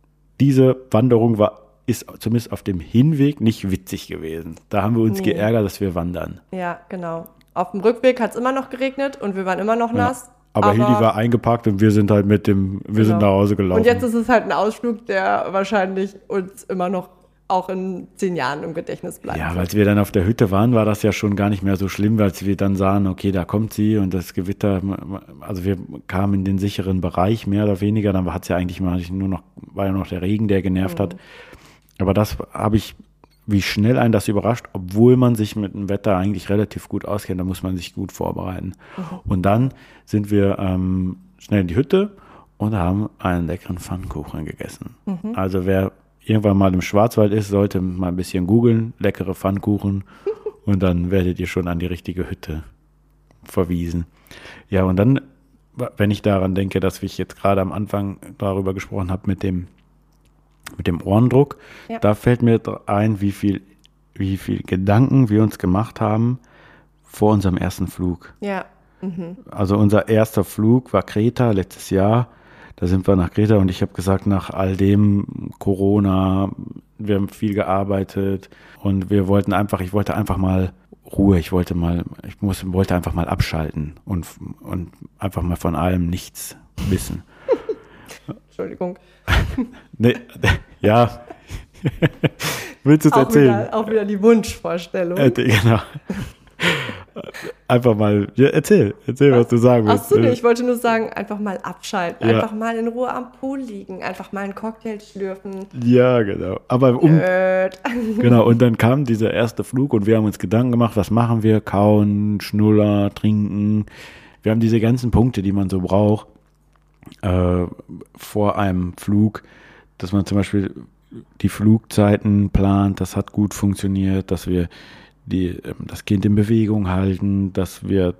diese Wanderung war, ist zumindest auf dem Hinweg nicht witzig gewesen. Da haben wir uns nee. geärgert, dass wir wandern. Ja, genau. Auf dem Rückweg hat es immer noch geregnet und wir waren immer noch nass. Ja. Aber, aber Hildi war eingepackt und wir sind halt mit dem, wir genau. sind nach Hause gelaufen. Und jetzt ist es halt ein Ausflug, der wahrscheinlich uns immer noch auch in zehn Jahren im Gedächtnis bleibt. Ja, als wir dann auf der Hütte waren, war das ja schon gar nicht mehr so schlimm, als wir dann sahen, okay, da kommt sie und das Gewitter, also wir kamen in den sicheren Bereich, mehr oder weniger, dann hat es ja eigentlich mal nur noch, war ja noch der Regen, der genervt mhm. hat. Aber das habe ich, wie schnell einen das überrascht, obwohl man sich mit dem Wetter eigentlich relativ gut auskennt, da muss man sich gut vorbereiten. Mhm. Und dann sind wir ähm, schnell in die Hütte und haben einen leckeren Pfannkuchen gegessen. Mhm. Also wer irgendwann mal im Schwarzwald ist, sollte mal ein bisschen googeln, leckere Pfannkuchen und dann werdet ihr schon an die richtige Hütte verwiesen. Ja, und dann, wenn ich daran denke, dass ich jetzt gerade am Anfang darüber gesprochen habe mit dem, mit dem Ohrendruck, ja. da fällt mir ein, wie viel, wie viel Gedanken wir uns gemacht haben vor unserem ersten Flug. Ja. Mhm. Also unser erster Flug war Kreta letztes Jahr. Da sind wir nach Kreta und ich habe gesagt, nach all dem Corona, wir haben viel gearbeitet und wir wollten einfach, ich wollte einfach mal Ruhe, ich wollte mal, ich muss, wollte einfach mal abschalten und, und einfach mal von allem nichts wissen. Entschuldigung. Nee, ja. Willst du es erzählen? Wieder, auch wieder die Wunschvorstellung. Äh, genau. Einfach mal, ja, erzähl, erzähl, was, was du sagen willst. Ach so, nee, ich wollte nur sagen, einfach mal abschalten, ja. einfach mal in Ruhe am Pool liegen, einfach mal einen Cocktail schlürfen. Ja, genau. Aber um, genau, und dann kam dieser erste Flug und wir haben uns Gedanken gemacht, was machen wir? Kauen, Schnuller, trinken. Wir haben diese ganzen Punkte, die man so braucht äh, vor einem Flug, dass man zum Beispiel die Flugzeiten plant, das hat gut funktioniert, dass wir die, das Kind in Bewegung halten, dass wir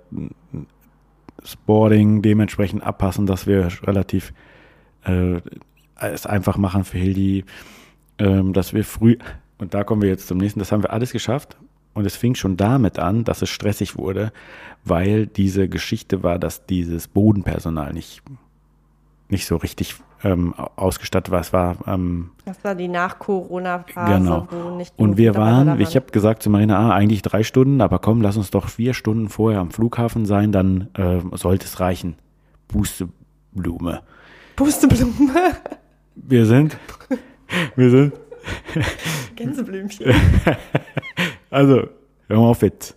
das Boarding dementsprechend abpassen, dass wir relativ äh, es einfach machen für Hildi, äh, dass wir früh, und da kommen wir jetzt zum nächsten, das haben wir alles geschafft und es fing schon damit an, dass es stressig wurde, weil diese Geschichte war, dass dieses Bodenpersonal nicht, nicht so richtig ähm, ausgestattet war. Es war ähm, das war die Nach-Corona-Phase, genau. wo nicht und wir waren, ich habe gesagt zu Marina, ah, eigentlich drei Stunden, aber komm, lass uns doch vier Stunden vorher am Flughafen sein, dann äh, sollte es reichen. Pusteblume. Pusteblume? Wir sind, wir sind Gänseblümchen. Also, hör mal auf jetzt.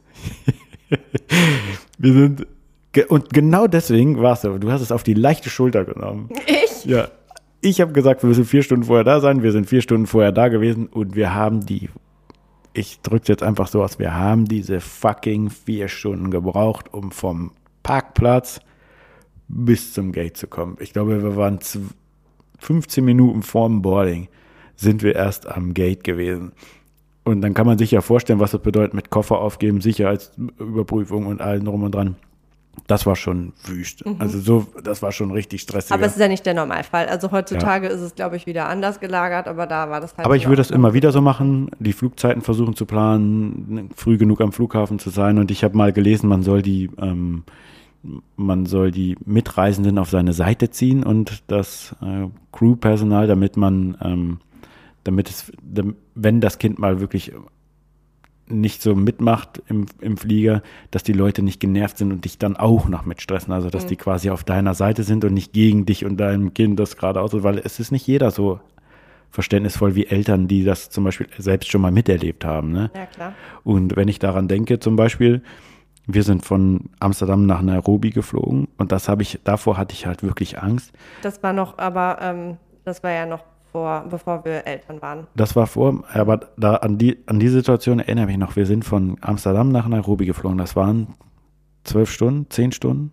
Wir sind, und genau deswegen war es so, du hast es auf die leichte Schulter genommen. Ich? Ja. Ich habe gesagt, wir müssen vier Stunden vorher da sein, wir sind vier Stunden vorher da gewesen und wir haben die, ich drücke jetzt einfach so aus, wir haben diese fucking vier Stunden gebraucht, um vom Parkplatz bis zum Gate zu kommen. Ich glaube, wir waren fünfzehn Minuten vorm Boarding, sind wir erst am Gate gewesen. Und dann kann man sich ja vorstellen, was das bedeutet mit Koffer aufgeben, Sicherheitsüberprüfung und allem drum und dran. Das war schon wüst. Mhm. Also so, das war schon richtig stressig. Aber es ist ja nicht der Normalfall. Also heutzutage ja. ist es, glaube ich, wieder anders gelagert, aber da war das halt. Aber ich würde das immer wieder so machen, die Flugzeiten versuchen zu planen, früh genug am Flughafen zu sein. Und ich habe mal gelesen, man soll die, ähm, man soll die Mitreisenden auf seine Seite ziehen und das äh, Crewpersonal, damit man, ähm, damit es, wenn das Kind mal wirklich nicht so mitmacht im, im Flieger, dass die Leute nicht genervt sind und dich dann auch noch mitstressen. Also, dass mhm. die quasi auf deiner Seite sind und nicht gegen dich und deinem Kind das gerade aus, weil es ist nicht jeder so verständnisvoll wie Eltern, die das zum Beispiel selbst schon mal miterlebt haben. Ne? Ja, klar. Und wenn ich daran denke, zum Beispiel, wir sind von Amsterdam nach Nairobi geflogen und das habe ich, davor hatte ich halt wirklich Angst. Das war noch, aber ähm, das war ja noch Vor, bevor wir Eltern waren. Das war vor, aber da an die, an die Situation erinnere ich mich noch. Wir sind von Amsterdam nach Nairobi geflogen. Das waren zwölf Stunden, zehn Stunden.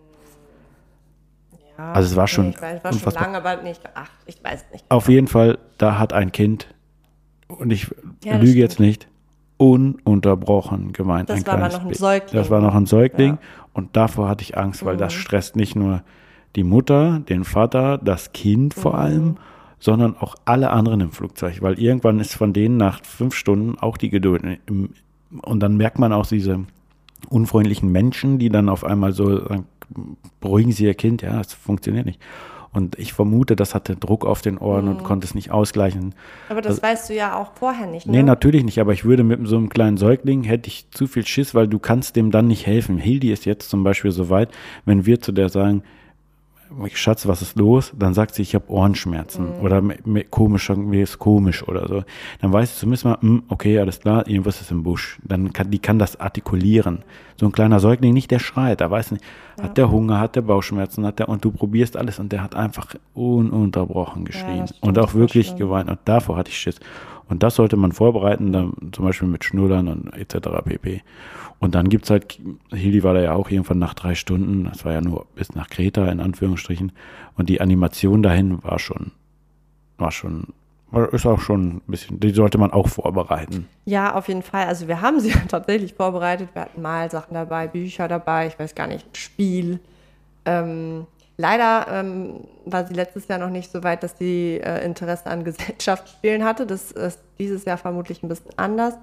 Ja, also es war schon, nee, ich weiß, es war schon lange, aber nicht acht, ich weiß nicht. Auf jeden Fall, da hat ein Kind, und ich ja, lüge stimmt. jetzt nicht, ununterbrochen gemeint. Das ein war aber kleines noch ein Baby. Säugling. Das war noch ein Säugling Ja. und davor hatte ich Angst, weil Mhm. das stresst nicht nur die Mutter, den Vater, das Kind vor Mhm. allem, sondern auch alle anderen im Flugzeug, weil irgendwann ist von denen nach fünf Stunden auch die Geduld. Im, und dann merkt man auch diese unfreundlichen Menschen, die dann auf einmal so sagen, beruhigen Sie Ihr Kind, ja, es funktioniert nicht. Und ich vermute, das hatte Druck auf den Ohren Mhm. und konnte es nicht ausgleichen. Aber das Also- weißt du ja auch vorher nicht, ne? Nee, natürlich nicht, aber ich würde mit so einem kleinen Säugling, hätte ich zu viel Schiss, weil du kannst dem dann nicht helfen. Hildi ist jetzt zum Beispiel so weit, wenn wir zu der sagen, Schatz, was ist los? Dann sagt sie, ich habe Ohrenschmerzen Mhm. oder mir, mir komisch, mir ist komisch oder so. Dann weiß sie zumindest mal, hm, okay, alles klar, irgendwas ist im Busch. Dann kann, die kann das artikulieren. So ein kleiner Säugling, nicht der schreit, da weiß nicht, Ja. hat der Hunger, hat der Bauchschmerzen, hat der, und du probierst alles und der hat einfach ununterbrochen geschrien das stimmt, und das auch war wirklich schlimm. geweint und davor hatte ich Schiss. Und das sollte man vorbereiten, dann, zum Beispiel mit Schnullern und et cetera pp. Und dann gibt's halt, Hildi war da ja auch irgendwann nach drei Stunden, das war ja nur bis nach Kreta in Anführungsstrichen, und die Animation dahin war schon, war schon, war- ist auch schon ein bisschen, die sollte man auch vorbereiten. Ja, auf jeden Fall. Also wir haben sie tatsächlich vorbereitet. Wir hatten Malsachen dabei, Bücher dabei, ich weiß gar nicht, ein Spiel. Ähm, leider ähm, war sie letztes Jahr noch nicht so weit, dass sie äh, Interesse an Gesellschaftsspielen hatte. Das ist dieses Jahr vermutlich ein bisschen anders.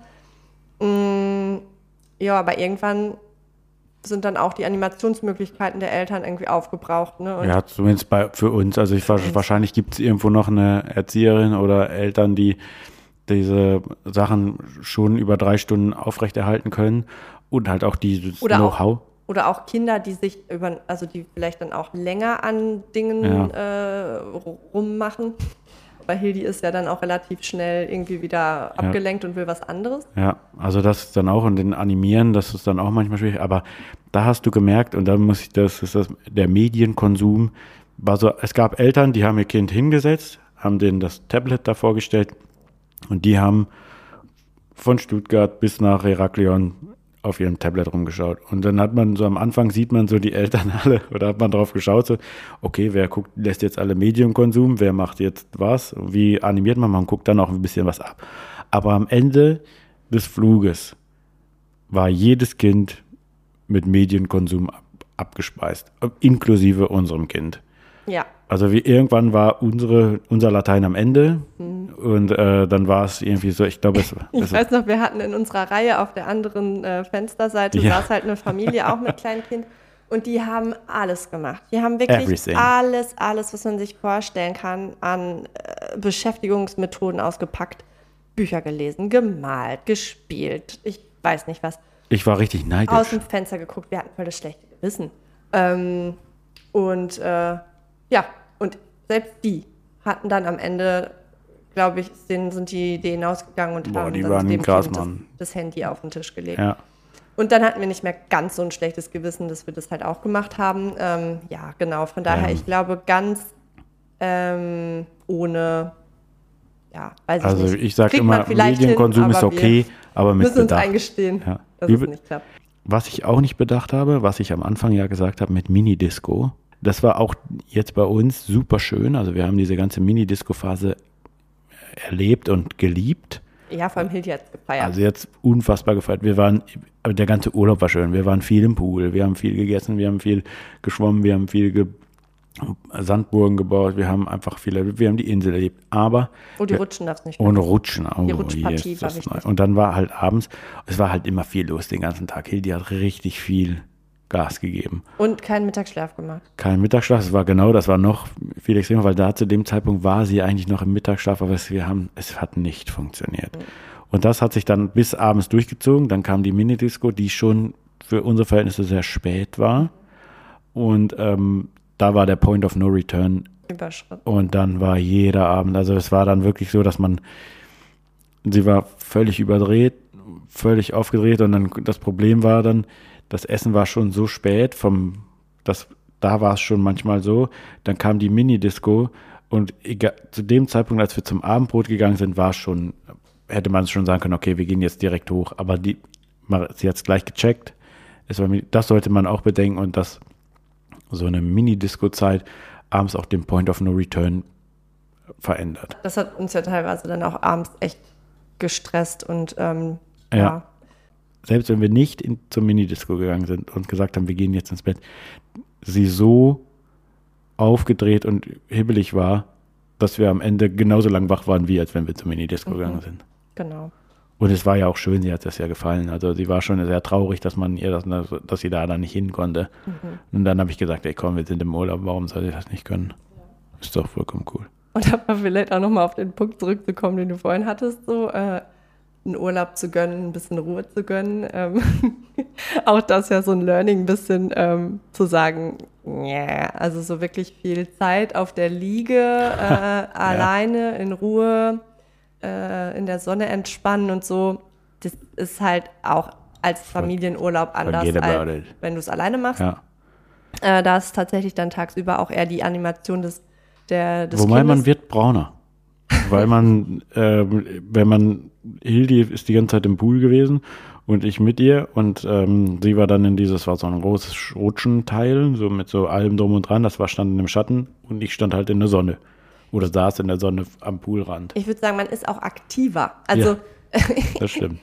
Mm, ja, aber irgendwann sind dann auch die Animationsmöglichkeiten der Eltern irgendwie aufgebraucht. Ne? Und Ja, zumindest bei, für uns. Also ich, wahrscheinlich gibt's irgendwo noch eine Erzieherin oder Eltern, die diese Sachen schon über drei Stunden aufrechterhalten können und halt auch dieses Oder auch- Know-how. Oder auch Kinder, die sich über, also die vielleicht dann auch länger an Dingen äh, rummachen. Weil Hildi ist ja dann auch relativ schnell irgendwie wieder abgelenkt und will was anderes. Ja, also das ist dann auch, und den Animieren, das ist dann auch manchmal schwierig, aber da hast du gemerkt, und da muss ich, das ist das, der Medienkonsum, war so, es gab Eltern, die haben ihr Kind hingesetzt, haben denen das Tablet da vorgestellt und die haben von Stuttgart bis nach Heraklion auf ihrem Tablet rumgeschaut. Und dann hat man so am Anfang, sieht man so die Eltern alle, oder hat man drauf geschaut, so, okay, wer guckt, lässt jetzt alle Medienkonsum, wer macht jetzt was, wie animiert man, man guckt dann auch ein bisschen was ab. Aber am Ende des Fluges war jedes Kind mit Medienkonsum ab, abgespeist, inklusive unserem Kind. Ja, Also wie irgendwann war unsere, unser Latein am Ende und äh, dann war es irgendwie so, ich glaube, es, ich es weiß noch, wir hatten in unserer Reihe auf der anderen äh, Fensterseite, Ja. saß halt eine Familie auch mit kleinem Kind. Und die haben alles gemacht. Die haben wirklich Everything. alles, alles, was man sich vorstellen kann, an äh, Beschäftigungsmethoden ausgepackt. Bücher gelesen, gemalt, gespielt, ich weiß nicht was. ich war richtig neidisch. Aus dem Fenster geguckt, wir hatten voll das schlechte Gewissen. Ähm, und äh, ja, und selbst die hatten dann am Ende, glaube ich, denen sind die Ideen ausgegangen und Boah, haben die dann waren dem krass, Kind das, Mann. das Handy auf den Tisch gelegt. Ja. Und dann hatten wir nicht mehr ganz so ein schlechtes Gewissen, dass wir das halt auch gemacht haben. Ähm, ja, genau, von daher, Ähm. ich glaube, ganz ähm, ohne, ja, weiß ich Also nicht. ich sage Kriegt man immer, vielleicht Medienkonsum hin, ist aber okay, aber Wir mit müssen uns Bedacht. eingestehen, Ja. dass Wie es be- nicht klappt. Was ich auch nicht bedacht habe, was ich am Anfang ja gesagt habe mit Minidisco, das war auch jetzt bei uns super schön. Also wir haben diese ganze Minidisco-Phase erlebt und geliebt. Ja, vor allem Hildi hat es gefeiert. Also jetzt unfassbar gefeiert. Wir waren, aber der ganze Urlaub war schön. Wir waren viel im Pool, wir haben viel gegessen, wir haben viel geschwommen, wir haben viel ge Sandburgen gebaut, wir haben einfach viele, wir haben die Insel erlebt. Aber oh, die wir- Rutschen darfst nicht. ohne Rutschen. Oh, Die Rutschpartie Jesus, war wichtig. nein. Und dann war halt abends, es war halt immer viel los den ganzen Tag. Hildi hat richtig viel Gas gegeben. Und keinen Mittagsschlaf gemacht. Kein Mittagsschlaf, es war genau, das war noch viel extremer, weil da zu dem Zeitpunkt war sie eigentlich noch im Mittagsschlaf, aber es, wir haben, es hat nicht funktioniert. Und das hat sich dann bis abends durchgezogen. Dann kam die Minidisco, die schon für unsere Verhältnisse sehr spät war. Und ähm, da war der Point of No Return. Überschritt. Und dann war jeder Abend, also es war dann wirklich so, dass man, sie war völlig überdreht, völlig aufgedreht und dann das Problem war dann, das Essen war schon so spät, vom, das, da war es schon manchmal so, dann kam die Mini-Disco und egal, zu dem Zeitpunkt, als wir zum Abendbrot gegangen sind, war es schon, hätte man schon sagen können, okay, wir gehen jetzt direkt hoch, aber die, sie hat es gleich gecheckt, es war, das sollte man auch bedenken und das so eine Mini-Disco-Zeit abends auch den Point of No Return verändert. Das hat uns ja teilweise dann auch abends echt gestresst und ähm, Ja. ja. Selbst wenn wir nicht in, zur Mini-Disco gegangen sind und gesagt haben, wir gehen jetzt ins Bett, sie so aufgedreht und hibbelig war, dass wir am Ende genauso lang wach waren, wie als wenn wir zur Mini-Disco Mhm. gegangen sind. Genau. Und es war ja auch schön, sie hat das ja gefallen. Also sie war schon sehr traurig, dass man ihr das, dass sie da dann nicht hin konnte. Mhm. Und dann habe ich gesagt, ey komm, wir sind im Urlaub, warum soll sie das nicht können? Ist doch vollkommen cool. Und aber vielleicht auch nochmal auf den Punkt zurückzukommen, den du vorhin hattest, so äh, einen Urlaub zu gönnen, ein bisschen Ruhe zu gönnen. Ähm, auch das ja so ein Learning, ein bisschen ähm, zu sagen, yeah, also so wirklich viel Zeit auf der Liege, äh, alleine, in Ruhe, äh, in der Sonne entspannen und so. Das ist halt auch als Familienurlaub anders, als wenn du es alleine machst. Ja. Äh, da ist tatsächlich dann tagsüber auch eher die Animation des, der, des Wobei Kindes. man wird brauner. Weil man, äh, wenn man, Hildi ist die ganze Zeit im Pool gewesen und ich mit ihr und ähm, sie war dann in dieses, war so ein großes Rutschenteil, so mit so allem drum und dran, das war stand in dem Schatten und ich stand halt in der Sonne oder saß in der Sonne am Poolrand. Ich würde sagen, man ist auch aktiver. Also, ja, das stimmt.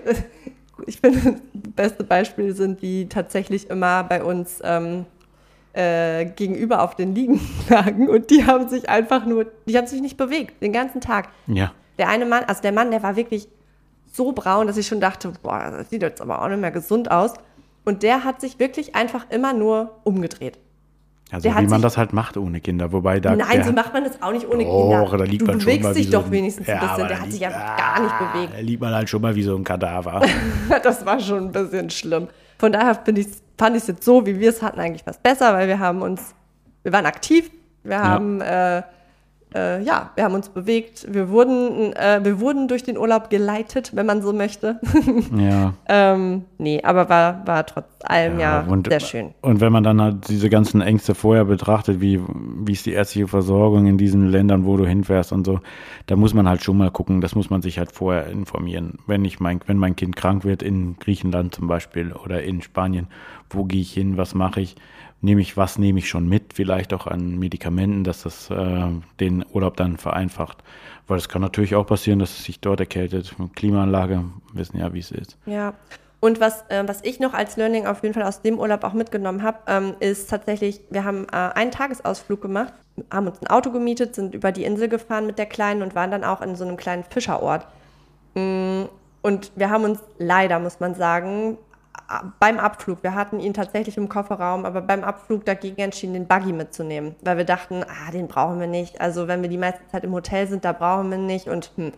Ich finde, das beste Beispiel sind die tatsächlich immer bei uns ähm, äh, gegenüber auf den Liegen lagen und die haben sich einfach nur, die haben sich nicht bewegt, den ganzen Tag. Ja. Der eine Mann, also der Mann, der war wirklich so braun, dass ich schon dachte, boah, das sieht jetzt aber auch nicht mehr gesund aus. Und der hat sich wirklich einfach immer nur umgedreht. Also der wie man sich, das halt macht ohne Kinder, wobei da... Nein, so hat, macht man das auch nicht ohne oh, Kinder. Da liegt du man bewegst schon mal dich wie doch so ein, wenigstens ein ja, bisschen, der hat liegt, sich einfach ah, gar nicht bewegt. Da liegt man halt schon mal wie so ein Kadaver. Das war schon ein bisschen schlimm. Von daher fand ich es jetzt so, wie wir es hatten, eigentlich was besser, weil wir haben uns, wir waren aktiv, wir haben, ja, äh, äh, ja, wir haben uns bewegt, wir wurden, äh, wir wurden durch den Urlaub geleitet, wenn man so möchte. Ja. ähm, nee, aber war, war trotz allem ja, ja und, sehr schön. Und wenn man dann halt diese ganzen Ängste vorher betrachtet, wie, wie ist die ärztliche Versorgung in diesen Ländern, wo du hinfährst und so, da muss man halt schon mal gucken, das muss man sich halt vorher informieren. Wenn ich mein, wenn mein Kind krank wird in Griechenland zum Beispiel oder in Spanien, wo gehe ich hin, was mache ich? Nehme ich, was nehme ich schon mit, vielleicht auch an Medikamenten, dass das äh, den Urlaub dann vereinfacht. Weil es kann natürlich auch passieren, dass es sich dort erkältet. Klimaanlage, wissen ja, wie es ist. Ja, und was, äh, was ich noch als Learning auf jeden Fall aus dem Urlaub auch mitgenommen habe, ähm, ist tatsächlich, wir haben äh, einen Tagesausflug gemacht, haben uns ein Auto gemietet, sind über die Insel gefahren mit der Kleinen und waren dann auch in so einem kleinen Fischerort. Und wir haben uns leider, muss man sagen, beim Abflug, wir hatten ihn tatsächlich im Kofferraum, aber beim Abflug dagegen entschieden, den Buggy mitzunehmen, weil wir dachten, ah, den brauchen wir nicht. Also wenn wir die meiste Zeit im Hotel sind, da brauchen wir nicht. Und hm.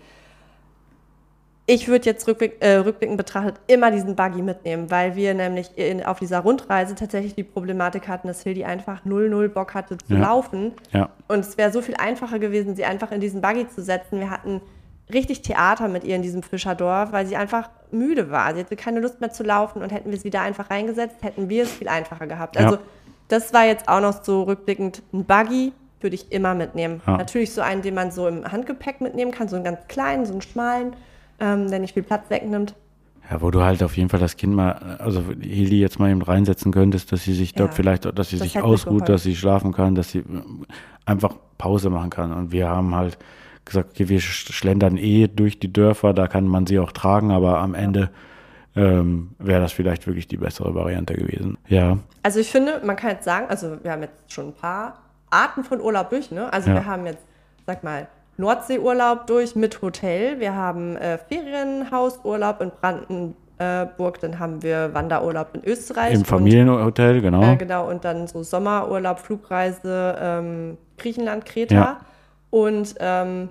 ich würde jetzt rückblick, äh, rückblickend betrachtet immer diesen Buggy mitnehmen, weil wir nämlich in, auf dieser Rundreise tatsächlich die Problematik hatten, dass Hildi einfach null null Bock hatte zu ja. laufen. Ja. Und es wäre so viel einfacher gewesen, sie einfach in diesen Buggy zu setzen. Wir hatten richtig Theater mit ihr in diesem Fischerdorf, weil sie einfach müde war. Sie hatte keine Lust mehr zu laufen und hätten wir sie da einfach reingesetzt, hätten wir es viel einfacher gehabt. Also ja. das war jetzt auch noch so rückblickend ein Buggy, würde ich immer mitnehmen. Ja. Natürlich so einen, den man so im Handgepäck mitnehmen kann, so einen ganz kleinen, so einen schmalen, ähm, der nicht viel Platz wegnimmt. Ja, wo du halt auf jeden Fall das Kind mal, also Hildi jetzt mal eben reinsetzen könntest, dass sie sich dort Ja. vielleicht, dass sie Das sich hätte mir ausruht, geholfen. dass sie schlafen kann, dass sie einfach Pause machen kann. Und wir haben halt gesagt, okay, wir schlendern eh durch die Dörfer, da kann man sie auch tragen, aber am Ende ähm, wäre das vielleicht wirklich die bessere Variante gewesen. Ja. Also ich finde, man kann jetzt sagen, also wir haben jetzt schon ein paar Arten von Urlaub durch, ne? Also Ja. wir haben jetzt, sag mal, Nordseeurlaub durch mit Hotel, wir haben äh, Ferienhausurlaub in Brandenburg, dann haben wir Wanderurlaub in Österreich. Im Familienhotel, genau. Und, äh, genau, und dann so Sommerurlaub, Flugreise, ähm, Griechenland, Kreta. Ja. Und ähm,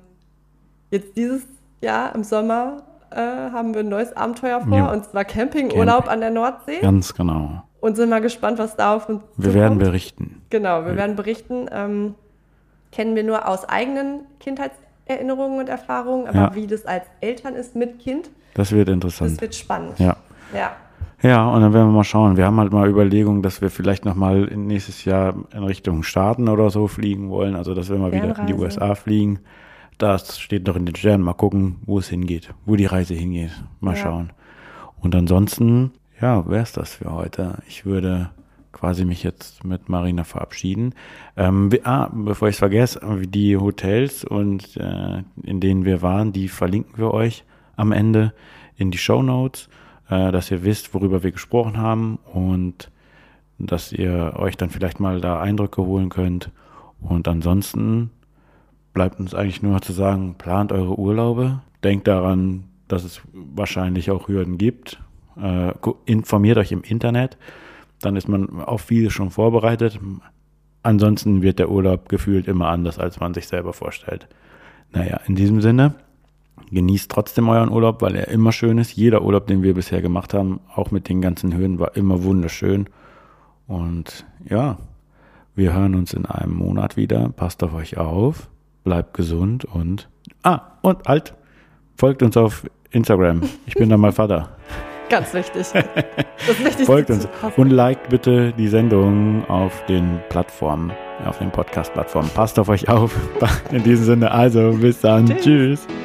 jetzt dieses Jahr im Sommer äh, haben wir ein neues Abenteuer vor, Ja. und zwar Campingurlaub Camping. an der Nordsee. Ganz genau. Und sind mal gespannt, was da auf uns Wir werden zukommt. berichten. Genau, wir werden berichten. Ähm, kennen wir nur aus eigenen Kindheitserinnerungen und Erfahrungen, aber Ja. wie das als Eltern ist mit Kind, Das wird interessant. das wird spannend. Ja. Ja. Ja, und dann werden wir mal schauen. Wir haben halt mal Überlegungen, dass wir vielleicht nochmal nächstes Jahr in Richtung Staaten oder so fliegen wollen. Also, dass wir mal wieder in die U S A fliegen. Das steht noch in den Sternen. Mal gucken, wo es hingeht, wo die Reise hingeht. Mal Ja. schauen. Und ansonsten, ja, wäre es das für heute. Ich würde quasi mich jetzt mit Marina verabschieden. Ähm, wie, ah, bevor ich es vergesse, die Hotels, und äh, in denen wir waren, die verlinken wir euch am Ende in die Shownotes, äh, dass ihr wisst, worüber wir gesprochen haben und dass ihr euch dann vielleicht mal da Eindrücke holen könnt. Und ansonsten bleibt uns eigentlich nur zu sagen, plant eure Urlaube, denkt daran, dass es wahrscheinlich auch Hürden gibt, äh, informiert euch im Internet, dann ist man auf vieles schon vorbereitet. ansonsten wird der Urlaub gefühlt immer anders, als man sich selber vorstellt. Naja, in diesem Sinne, genießt trotzdem euren Urlaub, weil er immer schön ist. Jeder Urlaub, den wir bisher gemacht haben, auch mit den ganzen Höhen, war immer wunderschön. Und ja, wir hören uns in einem Monat wieder. Passt auf euch auf, bleibt gesund und ah, und halt, folgt uns auf Instagram. Ich bin dann mal Vater. Ganz wichtig. Das Wichtigste. Folgt uns und liked bitte die Sendung auf den Plattformen, auf den Podcast-Plattformen. Passt auf euch auf. In diesem Sinne, also bis dann. Tschüss. Tschüss.